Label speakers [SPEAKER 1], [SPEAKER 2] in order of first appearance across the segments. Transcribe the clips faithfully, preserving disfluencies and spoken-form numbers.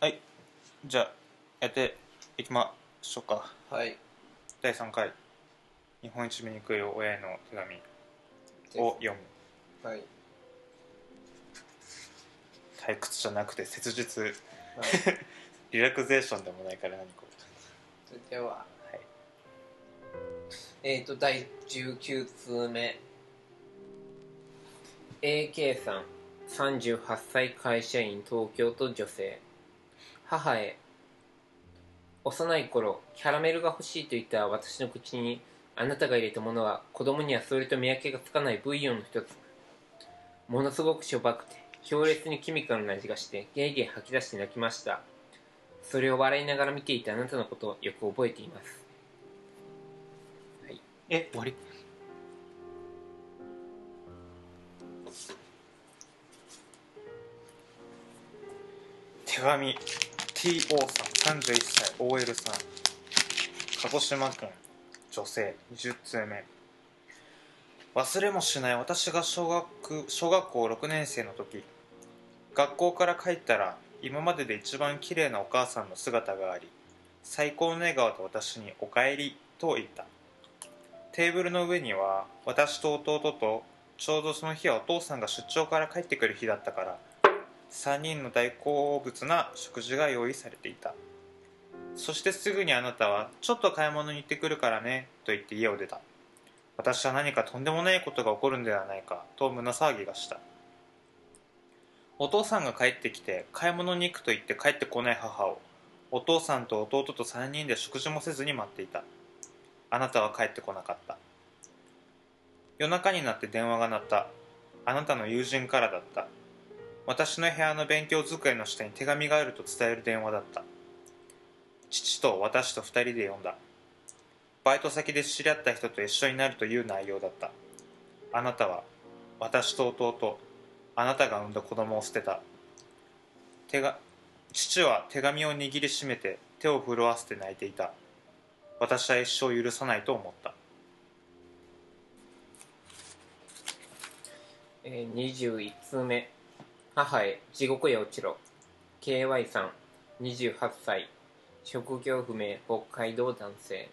[SPEAKER 1] はい、じゃあやっていきましょうか。
[SPEAKER 2] はい。
[SPEAKER 1] だいさんかい日本一醜い親への手紙を読む。
[SPEAKER 2] はい。
[SPEAKER 1] 退屈じゃなくて切実、
[SPEAKER 2] はい、
[SPEAKER 1] リラクゼーションでもないから何これ。
[SPEAKER 2] それでは、
[SPEAKER 1] はい、
[SPEAKER 2] えーとだいじゅうきゅうつうめ エーケー さんさんじゅうはっさい会社員東京都女性。母へ。幼い頃キャラメルが欲しいと言った私の口にあなたが入れたものは子供にはそれと見分けがつかないブイヨンの一つ。ものすごくしょばくて強烈にケミカルな味がしてゲーゲー吐き出して泣きました。それを笑いながら見ていたあなたのことをよく覚えています。はい。
[SPEAKER 1] え、終わり。手紙 ティーオー さんさんじゅういっさい オーエル さん、鹿児島県女性にじゅっつうめ。忘れもしない私が小学小学校ろくねん生の時、学校から帰ったら今までで一番綺麗なお母さんの姿があり、最高の笑顔で私におかえりと言った。テーブルの上には私と弟と、ちょうどその日はお父さんが出張から帰ってくる日だったからさんにんの大好物な食事が用意されていた。そしてすぐにあなたはちょっと買い物に行ってくるからねと言って家を出た。私は何かとんでもないことが起こるんではないかと胸騒ぎがした。お父さんが帰ってきて買い物に行くと言って帰ってこない母を、お父さんと弟とさんにんで食事もせずに待っていた。あなたは帰ってこなかった。夜中になって電話が鳴った。あなたの友人からだった。私の部屋の勉強机の下に手紙があると伝える電話だった。父と私と二人で読んだ。バイト先で知り合った人と一緒になるという内容だった。あなたは私と弟、あなたが産んだ子供を捨てた。手が父は手紙を握りしめて手を震わせて泣いていた。私は一生許さないと思った。
[SPEAKER 2] えー、にじゅういちつうめ。母へ。地獄へ落ちろ。 ケーワイ さんにじゅうはっさい、職業不明、北海道男性。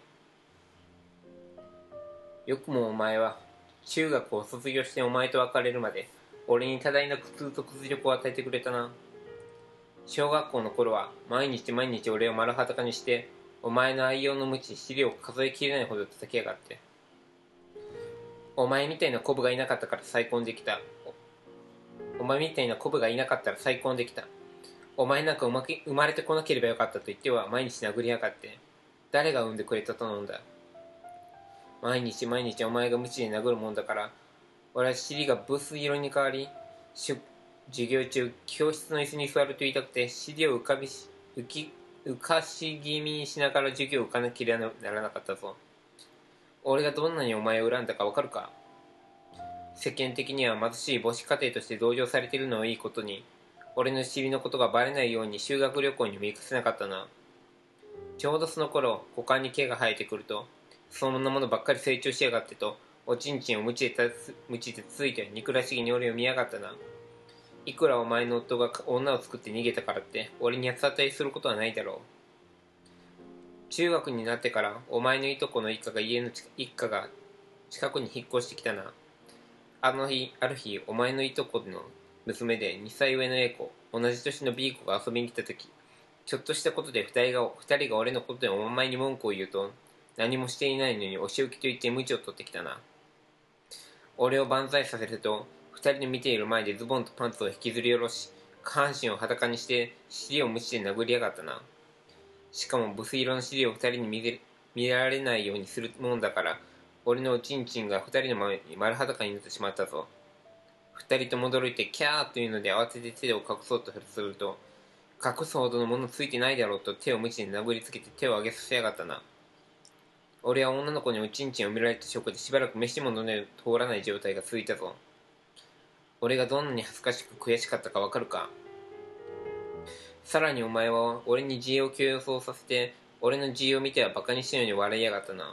[SPEAKER 2] よくもお前は中学を卒業してお前と別れるまで俺に多大な苦痛と屈辱を与えてくれたな。小学校の頃は毎日毎日俺を丸裸にしてお前の愛用の鞭尻を数えきれないほど叩きやがって。お前みたいなコブがいなかったから再婚できた。お前みたいなコブがいなかったら再婚できた。お前なんか生まけ生まれてこなければよかったと言っては毎日殴りやがって。誰が産んでくれたと思うんだ。毎日毎日お前が無知で殴るもんだから俺は尻がブス色に変わり、授業中教室の椅子に座ると言いたくて尻を浮かびし浮き浮かし気味にしながら授業を受かなければならなかったぞ。俺がどんなにお前を恨んだかわかるか。世間的には貧しい母子家庭として同情されているのをいいことに、俺の尻のことがバレないように修学旅行にも行かせなかったな。ちょうどその頃股間に毛が生えてくると、そんなものばっかり成長しやがってとおちんちんをムチでムチでつついて憎らしげに俺を見やがったな。いくらお前の夫が女を作って逃げたからって俺に八つ当たりすることはないだろう。中学になってからお前のいとこの一家が家の一家が近くに引っ越してきたな。あの日ある日お前のいとこの娘でにさい上の A 子、同じ年の B 子が遊びに来た時、ちょっとしたことで二人が二人が俺のことでお前に文句を言うと、何もしていないのにお仕置きと言って鞭を取ってきたな。俺を万歳させると二人の見ている前でズボンとパンツを引きずり下ろし、下半身を裸にして尻を無視で殴りやがったな。しかもブス色の尻を二人に 見, 見られないようにするもんだから俺のおちんちんが二人の前に丸裸になってしまったぞ。二人とも驚いてキャーというので慌てて手を隠そうとすると、隠すほどのものついてないだろうと手を無知で殴りつけて手を上げさせやがったな。俺は女の子におちんちんを見られたショックでしばらく飯も飲んで通らない状態が続いたぞ。俺がどんなに恥ずかしく悔しかったかわかるか。さらにお前は俺に G を競争させて俺の G を見てはバカにしたように笑いやがったな。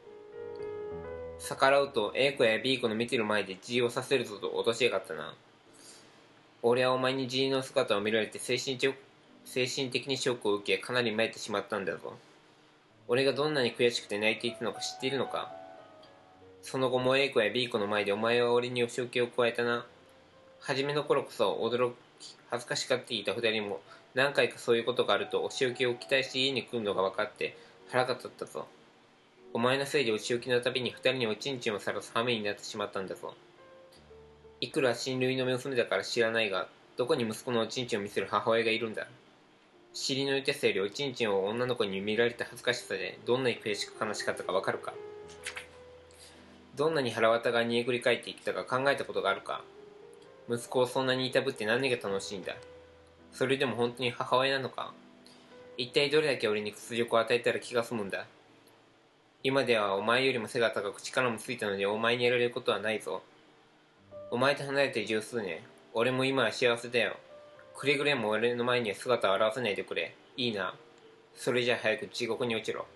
[SPEAKER 2] 逆らうと A 子や B 子の見てる前で G をさせるぞと脅しやがったな。俺はお前に G の姿を見られて精神精神的にショックを受けかなり参ってしまったんだぞ。俺がどんなに悔しくて泣いていたのか知っているのか。その後も A 子や B 子の前でお前は俺にお仕置きを加えたな。初めの頃こそ驚き恥ずかしがっていた二人も何回かそういうことがあるとお仕置きを期待して家に来るのが分かって腹が立ったぞ。お前のせいでお仕置きのたびに二人におちんちんをさらす羽目になってしまったんだぞ。いくら親類の娘だから知らないが、どこに息子のおちんちんを見せる母親がいるんだ。尻の痛さよりおちんちんを女の子に見られた恥ずかしさでどんなに悔しく悲しかったか分かるか。どんなに腹渡が煮えくり返っていったか考えたことがあるか。息子をそんなにいたぶって何が楽しいんだ。それでも本当に母親なのか。一体どれだけ俺に屈辱を与えたら気が済むんだ。今ではお前よりも背が高く力もついたのでお前にやられることはないぞ。お前と離れて十数年、俺も今は幸せだよ。くれぐれも俺の前には姿を現さないでくれ。いいな。それじゃ早く地獄に落ちろ。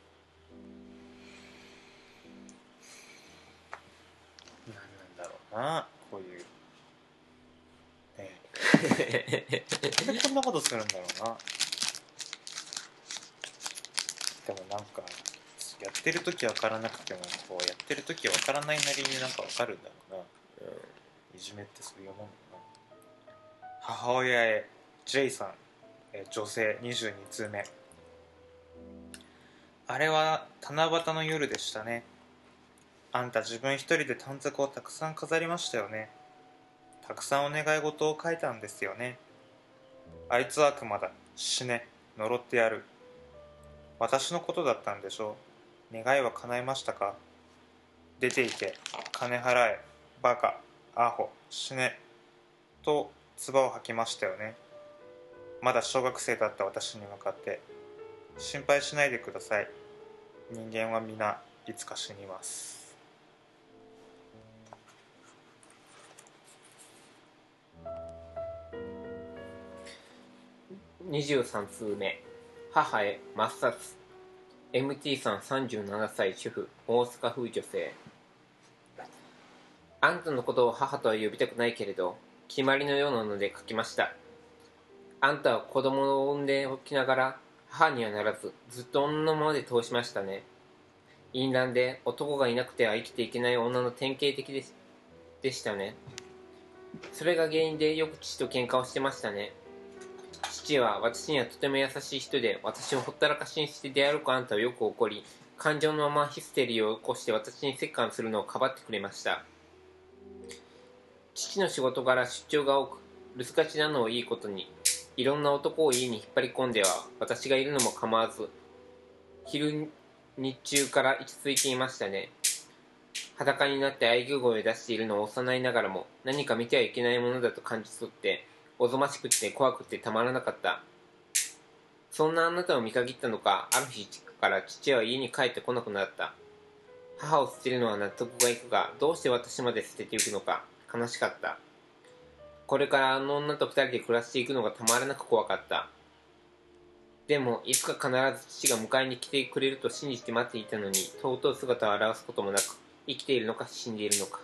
[SPEAKER 1] 何なんだろうな、こういうねえなんでこんなことするんだろうな。でもなんかやってる時分からなくてもこうやってる時分からないなりになんか分かるんだろうな、うん、いじめってそういうもんだな。母親へ J さん、え女性にじゅうに通目。あれは七夕の夜でしたね。あんた自分一人で短冊をたくさん飾りましたよね。たくさんお願い事を書いたんですよね。あいつは悪魔だ、死ね、呪ってやる。私のことだったんでしょう。願いは叶いましたか。出て行け、金払え、バカ、アホ、死ねと唾を吐きましたよね。まだ小学生だった私に向かって、心配しないでください。人間は皆いつか死にます。
[SPEAKER 2] にじゅうさん通目。母へ抹殺。 エムティー さんさんじゅうななさい主婦、大阪府女性。あんたのことを母とは呼びたくないけれど決まりのようなので書きました。あんたは子供を産んでおきながら母にはならずずっと女のままで通しましたね。淫乱で男がいなくては生きていけない女の典型的で し, でしたね。それが原因でよく父と喧嘩をしてましたね。父は私にはとても優しい人で、私をほったらかしにして出歩くあんたをよく怒り、感情のままヒステリーを起こして私に折檻するのをかばってくれました。父の仕事柄出張が多く、留守がちなのをいいことに、いろんな男を家に引っ張り込んでは私がいるのも構わず、昼日中から居続いていましたね。裸になって喘ぎ声を出しているのを幼いながらも、何か見てはいけないものだと感じ取って、おぞましくて怖くてたまらなかった。そんなあなたを見限ったのか、ある日から父は家に帰ってこなくなった。母を捨てるのは納得がいくが、どうして私まで捨てていくのか悲しかった。これからあの女と二人で暮らしていくのがたまらなく怖かった。でもいつか必ず父が迎えに来てくれると信じて待っていたのに、とうとう姿を現すこともなく、生きているのか死んでいるのか。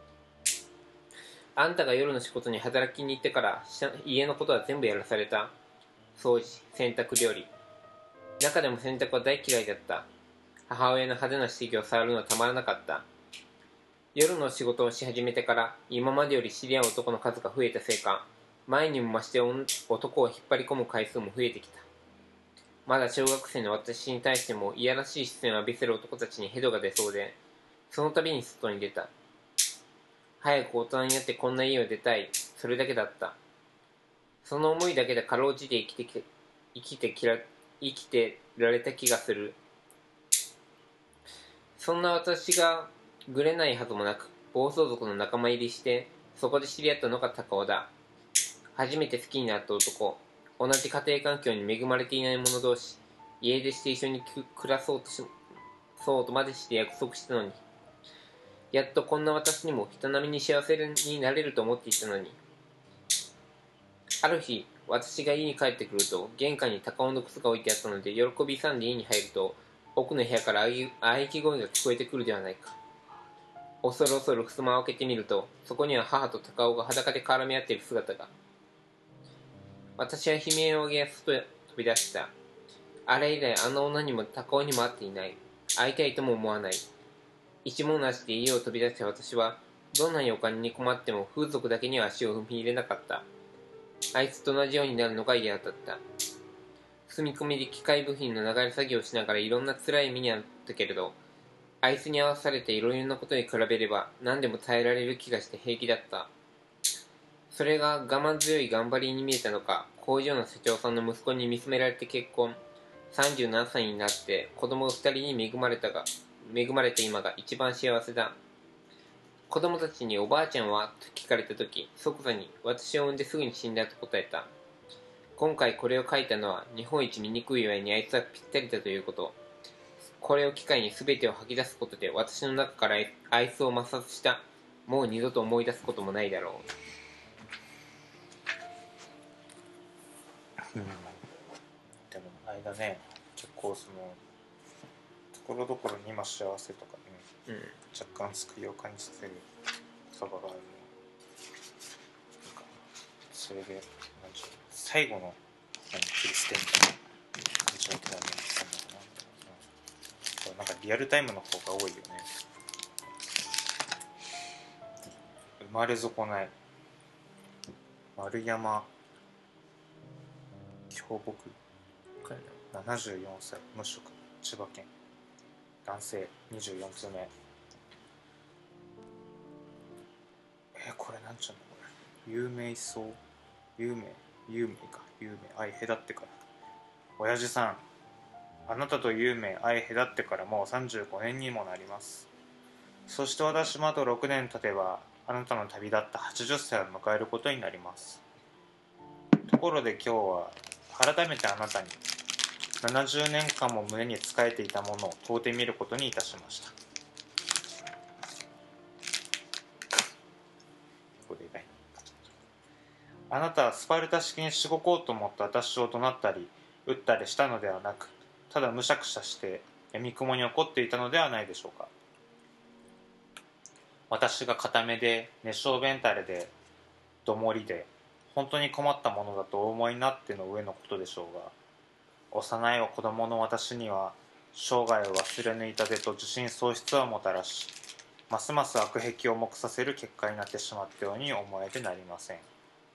[SPEAKER 2] あんたが夜の仕事に働きに行ってから家のことは全部やらされた。掃除、洗濯、料理。中でも洗濯は大嫌いだった。母親の派手な指摘を触るのはたまらなかった。夜の仕事をし始めてから今までより知り合う男の数が増えたせいか、前にも増して男を引っ張り込む回数も増えてきた。まだ小学生の私に対してもいやらしい視線を浴びせる男たちにヘドが出そうで、その度に外に出た。早く大人になってこんな家を出たい、それだけだった。その思いだけでかろうじて生きてき生きてきら生きてられた気がする。そんな私がぐれないはずもなく、暴走族の仲間入りしてそこで知り合ったのが高尾だ。初めて好きになった男。同じ家庭環境に恵まれていない者同士、家出して一緒に暮らそうとしそうとまでして約束したのに、やっとこんな私にも人並みに幸せになれると思っていたのに。ある日、私が家に帰ってくると、玄関に高尾の靴が置いてあったので、喜び勇んで家に入ると、奥の部屋から喘ぎ声が聞こえてくるではないか。恐る恐る襖を開けてみると、そこには母と高尾が裸で絡み合っている姿が。 私は悲鳴を上げ外へ飛び出した。あれ以来あの女にも高尾にも会っていない。会いたいとも思わない。一文なしで家を飛び出した私は、どんなにお金に困っても風俗だけには足を踏み入れなかった。あいつと同じようになるのが嫌だった。住み込みで機械部品の流れ作業をしながらいろんな辛い目にあったけれど、あいつに合わされていろいろなことに比べれば何でも耐えられる気がして平気だった。それが我慢強い頑張りに見えたのか、工場の社長さんの息子に見つめられて結婚、さんじゅうななさいになって子供ふたりに恵まれたが、恵まれて今が一番幸せだ。子供たちにおばあちゃんはと聞かれたとき、即座に私を産んですぐに死んだと答えた。今回これを書いたのは日本一醜い上にあいつはぴったりだということ。これを機会に全てを吐き出すことで私の中からあいつを抹殺した。もう二度と思い出すこともないだろ
[SPEAKER 1] うん、でも間ね、結構そのところどころに今幸せとかね、
[SPEAKER 2] う。うん。
[SPEAKER 1] 若干救いを感じさせる言葉があるの。それでなんちゅう最後の何キリステみたいな感じの手紙をしたんだかな、うん、なんかリアルタイムの方が多いよね。生まれ損ない丸山京木ななじゅうよんさい無職千葉県男性にじゅうよん通目。えこれなんちゅうのこれ有名そう有名有名か有名愛隔ってから親父さんあなたと有名愛隔ってからもうさんじゅうごねんにもなります。そして私もあとろくねん経てばあなたの旅立ったはちじゅっさいを迎えることになります。ところで今日は改めてあなたにななじゅうねんかんも胸に仕えていたものを問うてみることにいたしました。これ以外あなたはスパルタ式にしごこうと思って私を怒鳴ったり撃ったりしたのではなく、ただむしゃくしゃして闇雲に怒っていたのではないでしょうか。私が固めで熱傷ベンタレでどもりで本当に困ったものだとお思いになっての上のことでしょうが、幼い子供の私には生涯を忘れ抜いたでと自信喪失をもたらし、ますます悪癖を目させる結果になってしまったように思えてなりません。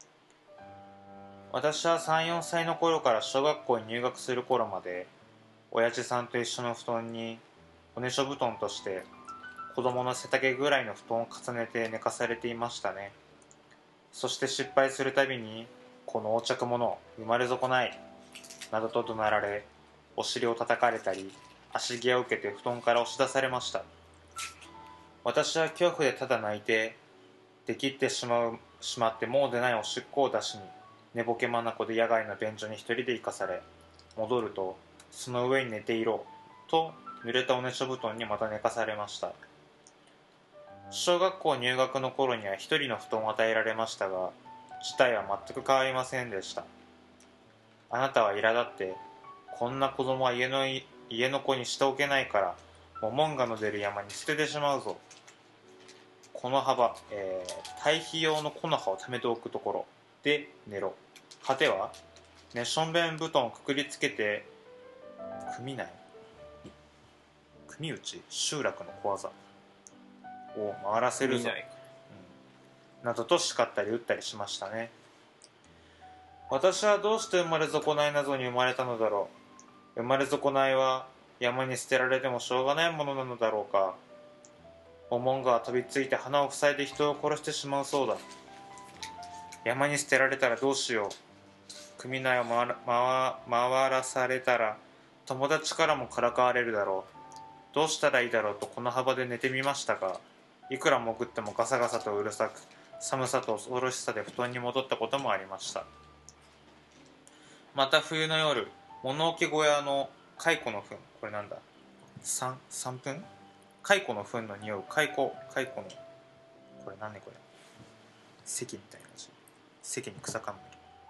[SPEAKER 1] 私はさん、よんさいの頃から小学校に入学する頃まで親父さんと一緒の布団におねしょ布団として子供の背丈ぐらいの布団を重ねて寝かされていましたね。そして失敗するたびにこの横着者生まれ損ないなどと怒鳴られ、お尻を叩かれたり足毛を受けて布団から押し出されました。私は恐怖でただ泣いてできってしまうしまってもう出ないおしっこを出しに寝ぼけ眼で野外の便所に一人で行かされ、戻るとその上に寝ていろと濡れたおねしょ布団にまた寝かされました。小学校入学の頃には一人の布団を与えられましたが、事態は全く変わりませんでした。あなたは苛立って、こんな子供は家の家の子にしておけないからモモンガの出る山に捨ててしまうぞ。この幅、えー、堆肥用の木の葉を溜めておくところで寝ろ。果てはねしょんべん布団をくくりつけて組内組打ち集落の小技を回らせるぞ、うん、などと叱ったり打ったりしましたね。私はどうして生まれ損ないなどに生まれたのだろう。生まれ損ないは山に捨てられてもしょうがないものなのだろうか。モモンガは飛びついて鼻を塞いで人を殺してしまうそうだ。山に捨てられたらどうしよう。組内を回ら、回、回らされたら友達からもからかわれるだろう。どうしたらいいだろうとこの幅で寝てみましたが、いくら潜ってもガサガサとうるさく、寒さと恐ろしさで布団に戻ったこともありました。また冬の夜、物置小屋の蚕の糞、これなんだ 3, 3分蚕の糞の匂う蚕蚕のこれ何ねこれ関みたいな字、関に草冠。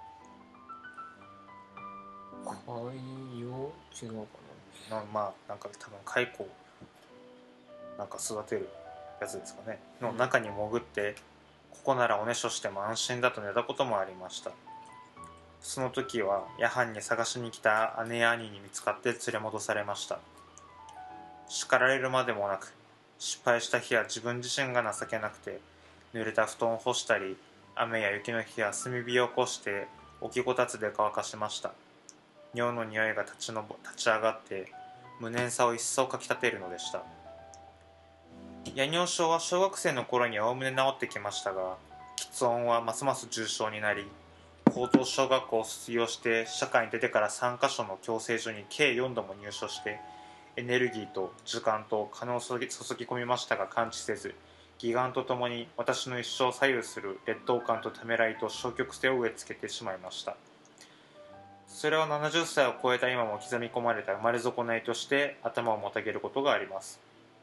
[SPEAKER 2] 海洋違うか
[SPEAKER 1] なまあなんか多分蚕をなんか育てるやつですかねの中に潜って、うん、ここならおねしょしても安心だと寝たこともありました。 その時は夜半に探しに来た姉や兄に見つかって連れ戻されました。叱られるまでもなく、失敗した日は自分自身が情けなくて、濡れた布団を干したり、雨や雪の日は炭火を起こして起きこたつで乾かしました。尿の匂いが立ちのぼ立ち上がって無念さを一層かきたてるのでした。夜尿症は小学生の頃にはおおむね治ってきましたが、喫音はますます重症になり、高等小学校を卒業して社会に出てからさんカ所の矯正所に計よんども入所して、エネルギーと時間と金を注ぎ込みましたが完治せず、義眼とともに私の一生を左右する劣等感とためらいと消極性を植え付けてしまいました。それはななじゅっさいを超えた今も刻み込まれた生まれ損ないとして頭をもたげることがあります。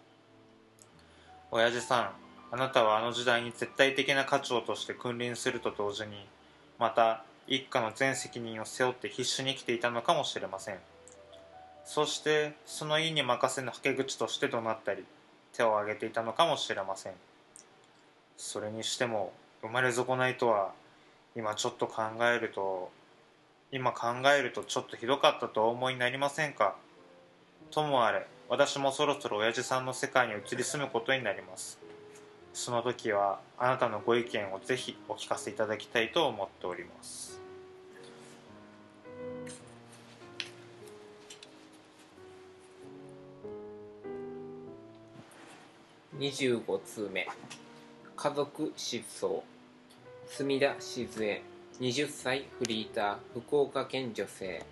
[SPEAKER 1] 親父さん、あなたはあの時代に絶対的な家長として君臨すると同時に、また一家の全責任を背負って必死に生きていたのかもしれません。そしてその意に任せのはけ口として怒鳴ったり手を挙げていたのかもしれません。それにしても生まれ損ないとは今ちょっと考えると今考えるとちょっとひどかったとお思いになりませんか。ともあれ、私もそろそろ親父さんの世界に移り住むことになります。その時はあなたのご意見をぜひお聞かせいただきたいと思っております。
[SPEAKER 2] にじゅうごつうめ、家族失踪。墨田静江、はたちフリーター、福岡県女性。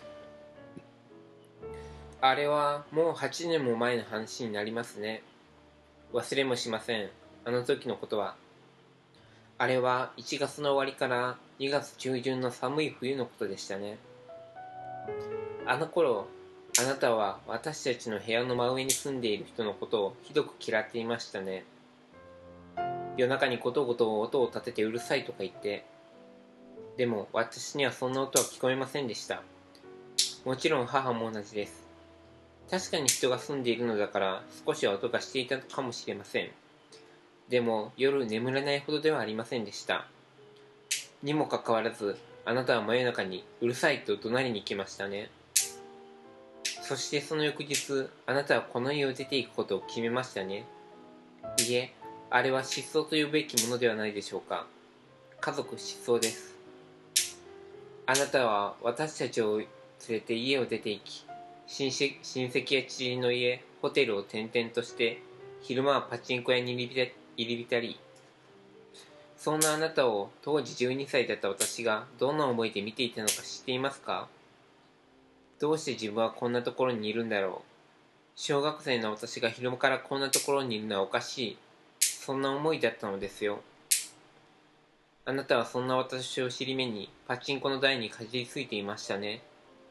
[SPEAKER 2] あれはもうはちねんも前の話になりますね。忘れもしません、あの時のことは。あれはいちがつの終わりからにがつ中旬の寒い冬のことでしたね。あの頃、あなたは私たちの部屋の真上に住んでいる人のことをひどく嫌っていましたね。夜中にことごと音を立ててうるさいとか言って。でも私にはそんな音は聞こえませんでした。もちろん母も同じです。確かに人が住んでいるのだから少しは音がしていたかもしれません。でも夜眠れないほどではありませんでした。にもかかわらず、あなたは真夜中にうるさいと怒鳴りに来ましたね。そしてその翌日、あなたはこの家を出ていくことを決めましたね。いえ、あれは失踪というべきものではないでしょうか。家族失踪です。あなたは私たちを連れて家を出て行き、親戚親戚や知人の家、ホテルを転々として、昼間はパチンコ屋に入り浸り、そんなあなたを当時じゅうにさいだった私がどんな思いで見ていたのか知っていますか。どうして自分はこんなところにいるんだろう。小学生の私が昼間からこんなところにいるのはおかしい。そんな思いだったのですよ。あなたはそんな私を尻目にパチンコの台にかじりついていましたね。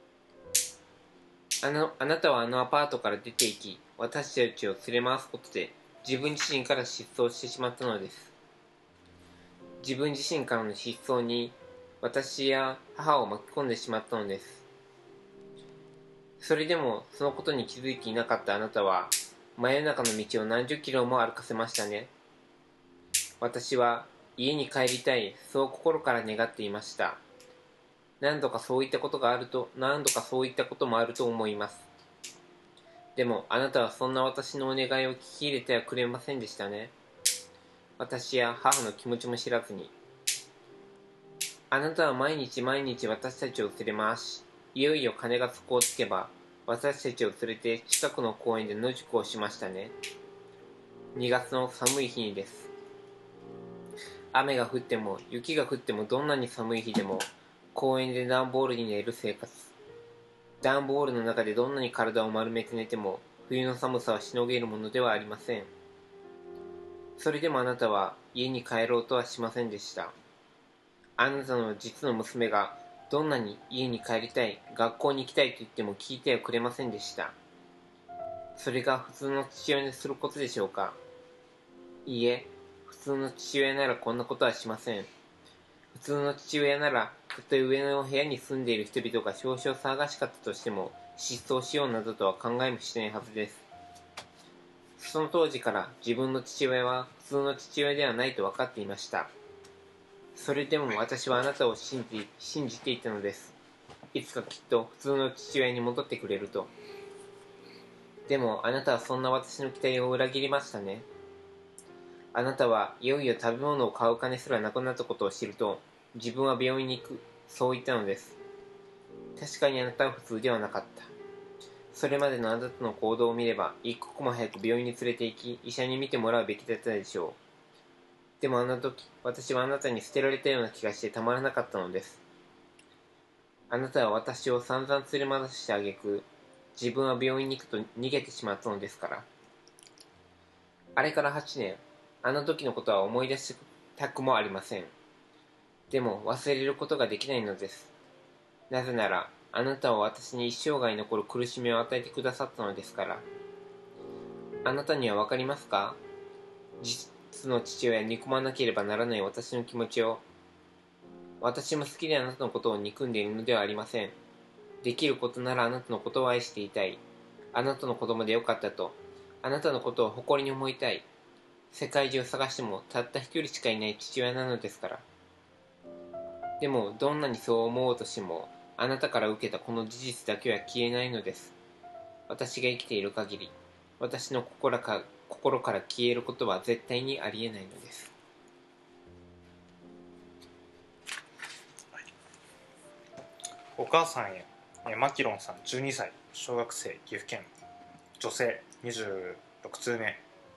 [SPEAKER 2] あの、あなたはあのアパートから出て行き、私たちを連れ回すことで自分自身から失踪してしまったのです。自分自身からの失踪に私や母を巻き込んでしまったのです。それでもそのことに気づいていなかったあなたは真夜中の道を何十キロも歩かせましたね。私は家に帰りたい、そう心から願っていました。何度かそういったことがあると、何度かそういったこともあると思います。でもあなたはそんな私のお願いを聞き入れてはくれませんでしたね。私や母の気持ちも知らずに。あなたは毎日毎日私たちを連れ回し、いよいよ鐘が底をつけば、私たちを連れて近くの公園で野宿をしましたね。にがつの寒い日にです。雨が降っても雪が降ってもどんなに寒い日でも公園で段ボールに寝る生活。段ボールの中でどんなに体を丸めて寝ても冬の寒さはしのげるものではありません。それでもあなたは家に帰ろうとはしませんでした。あなたの実の娘がどんなに家に帰りたい、学校に行きたいと言っても聞いてはくれませんでした。それが普通の父親のすることでしょうか。いいえ、普通の父親ならこんなことはしません。普通の父親なら、たとえ上の部屋に住んでいる人々が少々騒がしかったとしても、失踪しようなどとは考えもしないはずです。その当時から自分の父親は普通の父親ではないと分かっていました。 それでも私はあなたを信じ信じていたのです。いつかきっと普通の父親に戻ってくれると。でもあなたはそんな私の期待を裏切りましたね。あなたはいよいよ食べ物を買う金すらなくなったことを知ると、自分は病院に行く、そう言ったのです。確かにあなたは普通ではなかった。それまでのあなたの行動を見れば、一刻も早く病院に連れて行き、医者に診てもらうべきだったでしょう。でもあの時、私はあなたに捨てられたような気がしてたまらなかったのです。あなたは私を散々連れ回してあげく、自分は病院に行くと逃げてしまったのですから。あれからはちねん、あの時のことは思い出したくもありません。でも忘れることができないのです。なぜなら、あなたは私に一生涯残る苦しみを与えてくださったのですから。あなたにはわかりますか？実の父親に憎まなければならない私の気持ちを。私も好きであなたのことを憎んでいるのではありません。できることならあなたのことを愛していたい。あなたの子供でよかったと。あなたのことを誇りに思いたい。世界中探してもたった一人しかいない父親なのですから。でもどんなにそう思おうとしても、あなたから受けたこの事実だけは消えないのです。私が生きている限り、私の心から心から消えることは絶対にありえないのです。
[SPEAKER 1] お母さんへ。えマキロンさんじゅうにさい、小学生、岐阜県、女性、にじゅうろく通目。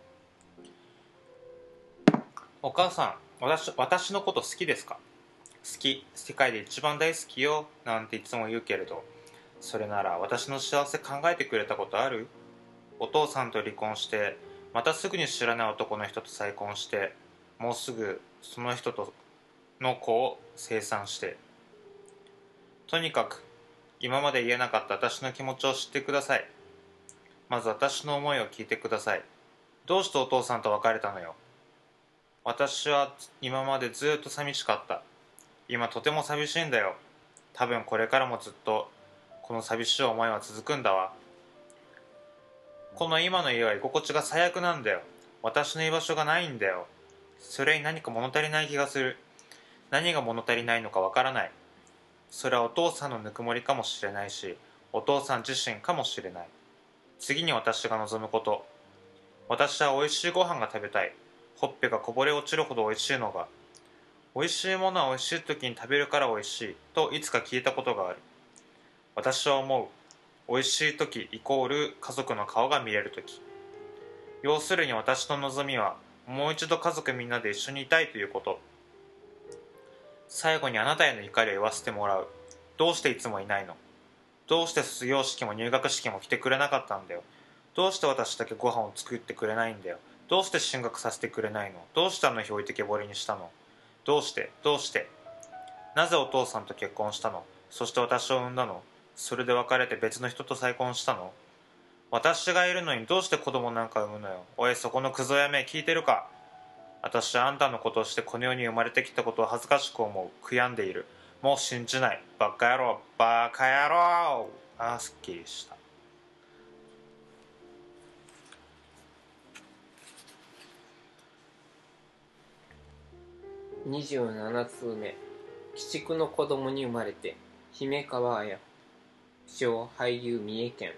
[SPEAKER 1] お母さん、私私のこと好きですか？好き、世界で一番大好きよなんていつも言うけれど、それなら私の幸せ考えてくれたことある？お父さんと離婚して、またすぐに知らない男の人と再婚して、もうすぐその人との子を生産して、とにかく今まで言えなかった私の気持ちを知ってください。まず私の思いを聞いてください。どうしてお父さんと別れたのよ？私は今までずっと寂しかった。今とても寂しいんだよ。多分これからもずっとこの寂しい思いは続くんだわ。この今の家は居心地が最悪なんだよ。私の居場所がないんだよ。それに何か物足りない気がする。何が物足りないのかわからない。それはお父さんのぬくもりかもしれないし、お父さん自身かもしれない。次に私が望むこと。私はおいしいご飯が食べたい。ほっぺがこぼれ落ちるほどおいしいのが。おいしいものはおいしい時に食べるからおいしいといつか聞いたことがある。私は思う。おいしい時イコール家族の顔が見れる時。要するに私の望みはもう一度家族みんなで一緒にいたいということ。最後にあなたへの怒りを言わせてもらう。どうしていつもいないの？どうして卒業式も入学式も来てくれなかったんだよ。どうして私だけご飯を作ってくれないんだよ。どうして進学させてくれないの？どうしてあの日置いてけぼりにしたの？どうしてどうしてなぜお父さんと結婚したの？そして私を産んだの？それで別れて別の人と再婚したの？私がいるのにどうして子供なんか産むのよ。おい、そこのクソやめ、聞いてるか？私はあんたのことをしてこの世に生まれてきたことを恥ずかしく思う。悔やんでいる。もう信じない。バカ野郎、バカ野郎。ああ、すっきりした。
[SPEAKER 2] にじゅうなな通目。鬼畜の子供に生まれて、姫川綾。小俳優三重県。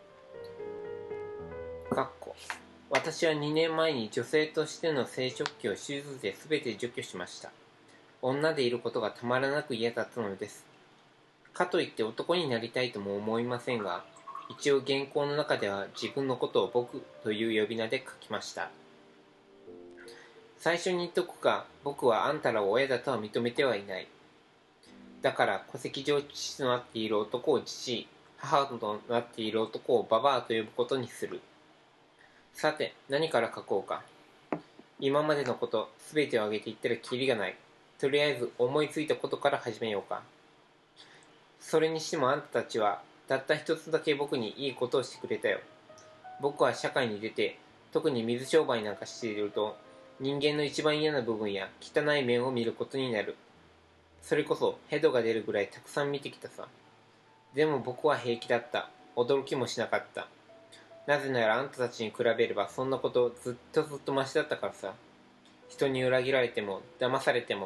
[SPEAKER 2] かっこ私はにねんまえに女性としての生殖器を手術で全て除去しました。女でいることがたまらなく嫌だったのです。かといって男になりたいとも思いませんが、一応原稿の中では自分のことを僕という呼び名で書きました。最初に言っとくが、僕はあんたらを親だとは認めてはいない。だから戸籍上父となっている男を父、母となっている男をババアと呼ぶことにする。さて、何から書こうか。今までのこと、すべてを挙げて言ったらキリがない。とりあえず思いついたことから始めようか。それにしてもあんたたちは、たった一つだけ僕にいいことをしてくれたよ。僕は社会に出て、特に水商売なんかしていると、人間の一番嫌な部分や汚い面を見ることになる。それこそヘドが出るぐらいたくさん見てきたさ。でも僕は平気だった。驚きもしなかった。なぜならあんたたちに比べればそんなことずっとずっとマシだったからさ。人に裏切られても、騙されても、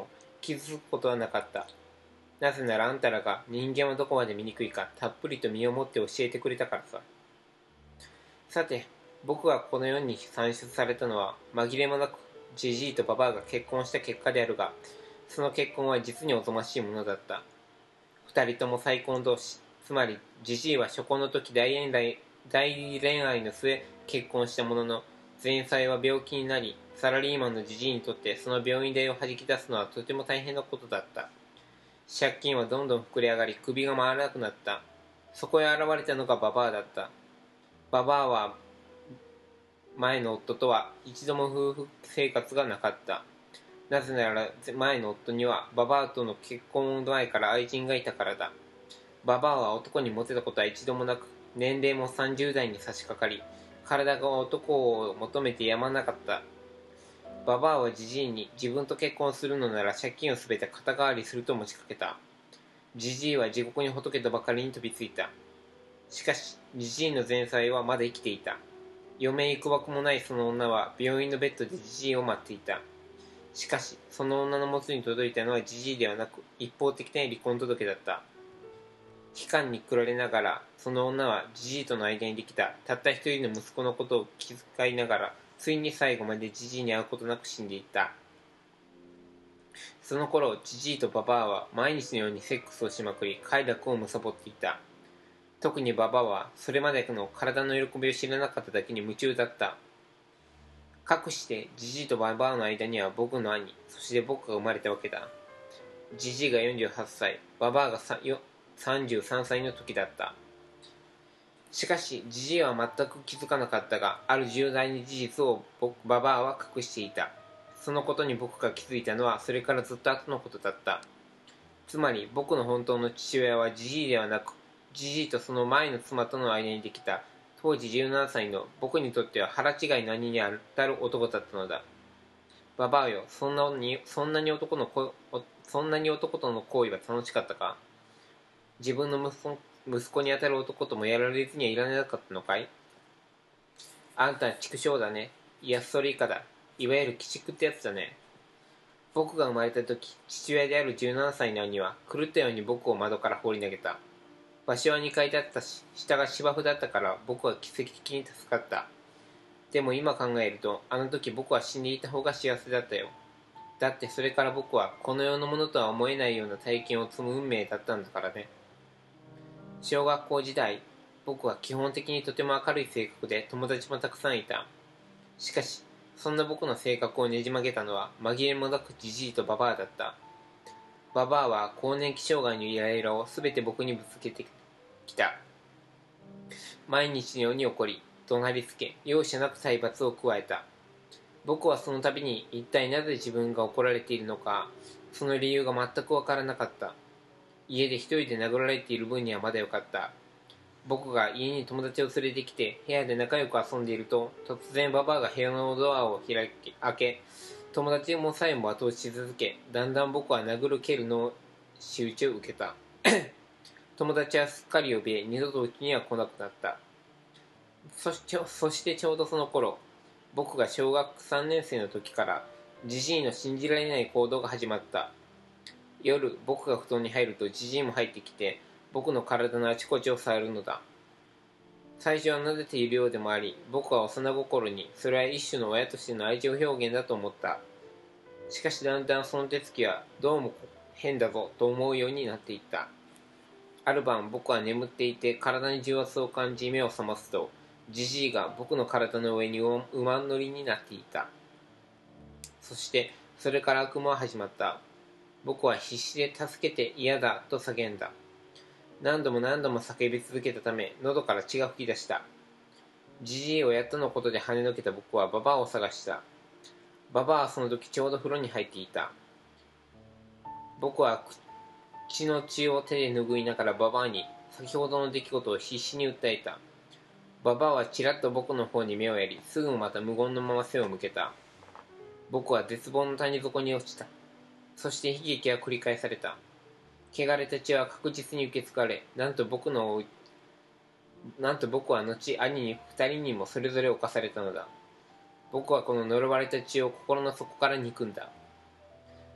[SPEAKER 2] 傷つくことはなかった。なぜならあんたらが人間はどこまで醜いかたっぷりと身をもって教えてくれたからさ。さて、僕がこの世に算出されたのは紛れもなくジジイとババアが結婚した結果であるが、その結婚は実におぞましいものだった。二人とも再婚同士、つまりジジイは初婚の時大恋愛大恋愛の末結婚したものの、前妻は病気になり、サラリーマンのジジイにとってその病院代を弾き出すのはとても大変なことだった。借金はどんどん膨れ上がり、首が回らなくなった。そこへ現れたのがババアだった。ババアは前の夫とは一度も夫婦生活がなかった。なぜなら前の夫にはババアとの結婚前から愛人がいたからだ。ババアは男にモテたことは一度もなく、年齢もさんじゅう代に差し掛かり、体が男を求めてやまなかった。ババアはジジイに自分と結婚するのなら借金をすべて肩代わりすると持ちかけた。ジジイは地獄に仏とばかりに飛びついた。しかし、ジジイの前妻はまだ生きていた。余命いくばくもないその女は病院のベッドでジジイを待っていた。しかし、その女のもとに届いたのはジジイではなく、一方的な離婚届だった。悲観に駆られながら、その女はジジイとの間にできたたった一人の息子のことを気遣いながら、ついに最後までジジイに会うことなく死んでいった。その頃、ジジイとババアは毎日のようにセックスをしまくり、快楽を貪っていた。特にババアはそれまでの体の喜びを知らなかっただけに夢中だった。かくしてジジイとババアの間には僕の兄、そして僕が生まれたわけだ。ジジイがよんじゅうはっさい、ババアがさんじゅうさんさいの時だった。しかしジジイは全く気づかなかったが、ある重大な事実を僕ババアは隠していた。そのことに僕が気づいたのはそれからずっと後のことだった。つまり僕の本当の父親はジジイではなく、ジジイとその前の妻との間にできた当時じゅうななさいの僕にとっては腹違いの兄にあたる男だったのだ。ババアよ、そんなにそんなに男のこそんなに男との行為は楽しかったか。自分の息子息子にあたる男ともやられずにはいられなかったのかい。あんたは畜生だね。いや、それ以下だ。いわゆる鬼畜ってやつだね。僕が生まれた時、父親であるじゅうななさいの兄は狂ったように僕を窓から放り投げた。場所はにかいだったし、下が芝生だったから僕は奇跡的に助かった。でも今考えると、あの時僕は死んでいた方が幸せだったよ。だってそれから僕はこの世のものとは思えないような体験を積む運命だったんだからね。小学校時代、僕は基本的にとても明るい性格で友達もたくさんいた。しかし、そんな僕の性格をねじ曲げたのは紛れもなくジジイとババアだった。ババアは更年期障害のイライラをすべて僕にぶつけてきた。毎日のように怒り、怒鳴りつけ、容赦なく体罰を加えた。僕はその度に一体なぜ自分が怒られているのか、その理由が全くわからなかった。家で一人で殴られている分にはまだよかった。僕が家に友達を連れてきて部屋で仲良く遊んでいると、突然ババアが部屋のドアを開き開け、友達もさえも後押しし続け、だんだん僕は殴る蹴るの仕打ちを受けた。友達はすっかり怯え、二度とうちには来なくなった。そしそしてちょうどその頃、僕が小学さんねん生の時からジジイの信じられない行動が始まった。夜、僕が布団に入るとジジイも入ってきて、僕の体のあちこちを触るのだ。最初は撫でているようでもあり、僕は幼心にそれは一種の親としての愛情表現だと思った。しかしだんだんその手つきはどうも変だぞと思うようになっていった。ある晩、僕は眠っていて体に重圧を感じ目を覚ますと、ジジイが僕の体の上に馬乗りになっていた。そしてそれから悪夢は始まった。僕は必死で助けて嫌だと叫んだ。何度も何度も叫び続けたため、喉から血が噴き出した。ジジイをやっとのことで跳ねのけた僕はババアを探した。ババアはその時ちょうど風呂に入っていた。僕は口の血を手で拭いながらババアに先ほどの出来事を必死に訴えた。ババアはちらっと僕の方に目をやり、すぐまた無言のまま背を向けた。僕は絶望の谷底に落ちた。そして悲劇は繰り返された。汚れた血は確実に受け継がれ、なんと僕のなんと僕は後兄に二人にもそれぞれ侵されたのだ。僕はこの呪われた血を心の底から憎んだ。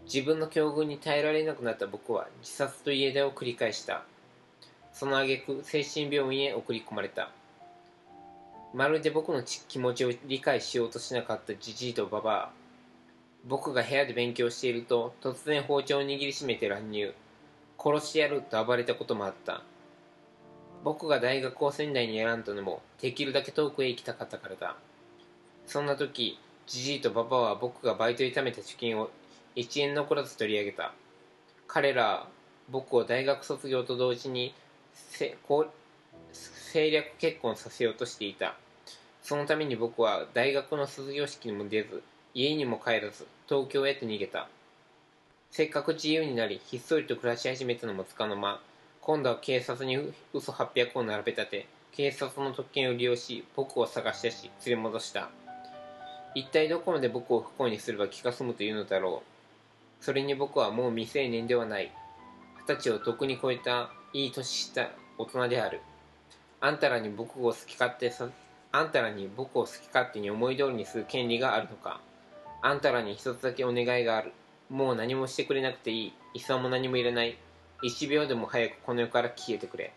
[SPEAKER 2] 自分の境遇に耐えられなくなった僕は自殺と家出を繰り返した。その挙句精神病院へ送り込まれた。まるで僕の気持ちを理解しようとしなかったじじいとばばあ。僕が部屋で勉強していると突然包丁を握りしめて乱入。殺してやると暴れたこともあった。僕が大学を仙台に選んだのもできるだけ遠くへ行きたかったからだ。そんな時、じじいとばばあは僕がバイトで貯めた貯金をいちえん残らず取り上げた。彼らは僕を大学卒業と同時に政略結婚させようとしていた。そのために僕は大学の卒業式にも出ず、家にも帰らず東京へと逃げた。せっかく自由になりひっそりと暮らし始めたのもつかの間、今度は警察に嘘はっぴゃくを並べ立て、警察の特権を利用し僕を探し出し連れ戻した。一体どこまで僕を不幸にすれば気が済むというのだろう。それに僕はもう未成年ではない。二十歳をとっくに超えたいい年した大人である。あんたらに僕を好き勝手さあんたらに僕を好き勝手に思い通りにする権利があるのか。あんたらに一つだけお願いがある。もう何もしてくれなくていい。遺産も何もいらない。一秒でも早くこの世から消えてくれ。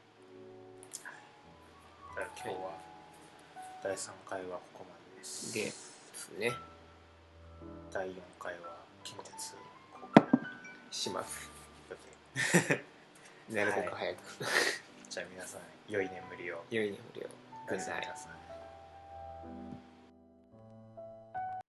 [SPEAKER 1] 今日はだいさんかいはここまでです。
[SPEAKER 2] でですね。
[SPEAKER 1] だいよんかいは近鉄公開
[SPEAKER 2] します。
[SPEAKER 1] 予定。
[SPEAKER 2] なるべく早く。
[SPEAKER 1] じゃあ皆さん良い眠りを。
[SPEAKER 2] 良い眠りを。
[SPEAKER 1] おやすみなさい。